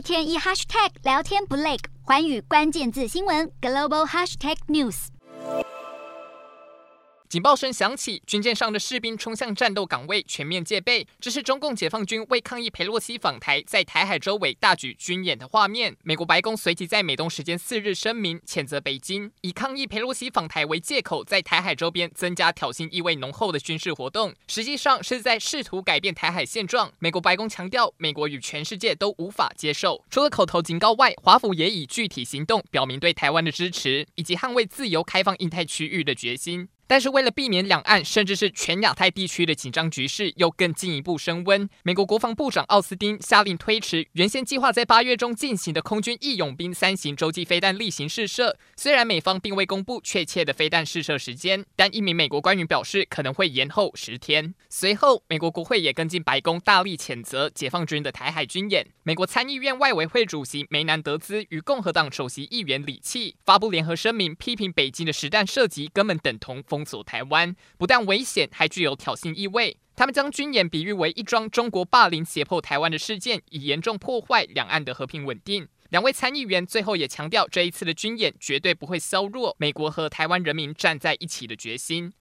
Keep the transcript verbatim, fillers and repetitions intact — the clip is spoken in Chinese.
天一 hashtag 聊天不累，寰宇关键字新闻 global hashtag news。 警报声响起，军舰上的士兵冲向战斗岗位，全面戒备。这是中共解放军为抗议裴洛西访台，在台海周围大举军演的画面。美国白宫随即在美东时间四日声明，谴责北京以抗议裴洛西访台为借口，在台海周边增加挑衅意味浓厚的军事活动，实际上是在试图改变台海现状。美国白宫强调，美国与全世界都无法接受。除了口头警告外，华府也以具体行动表明对台湾的支持，以及捍卫自由开放印太区域的决心。但是为了避免两岸甚至是全亚太地区的紧张局势又更进一步升温，美国国防部长奥斯汀下令推迟原先计划在八月中进行的空军义勇兵三型洲际飞弹例行试射。虽然美方并未公布确切的飞弹试射时间，但一名美国官员表示可能会延后十天。随后，美国国会也跟进白宫，大力谴责解放军的台海军演。美国参议院外委会主席梅南德兹与共和党首席议员李契发布联合声明，批评北京的实弹射击根本等同封锁台湾，不但危险，还具有挑衅意味。他们将军演比喻为一桩中国霸凌胁迫台湾的事件，以严重破坏两岸的和平稳定。两位参议员最后也强调，这一次的军演绝对不会削弱美国和台湾人民站在一起的决心。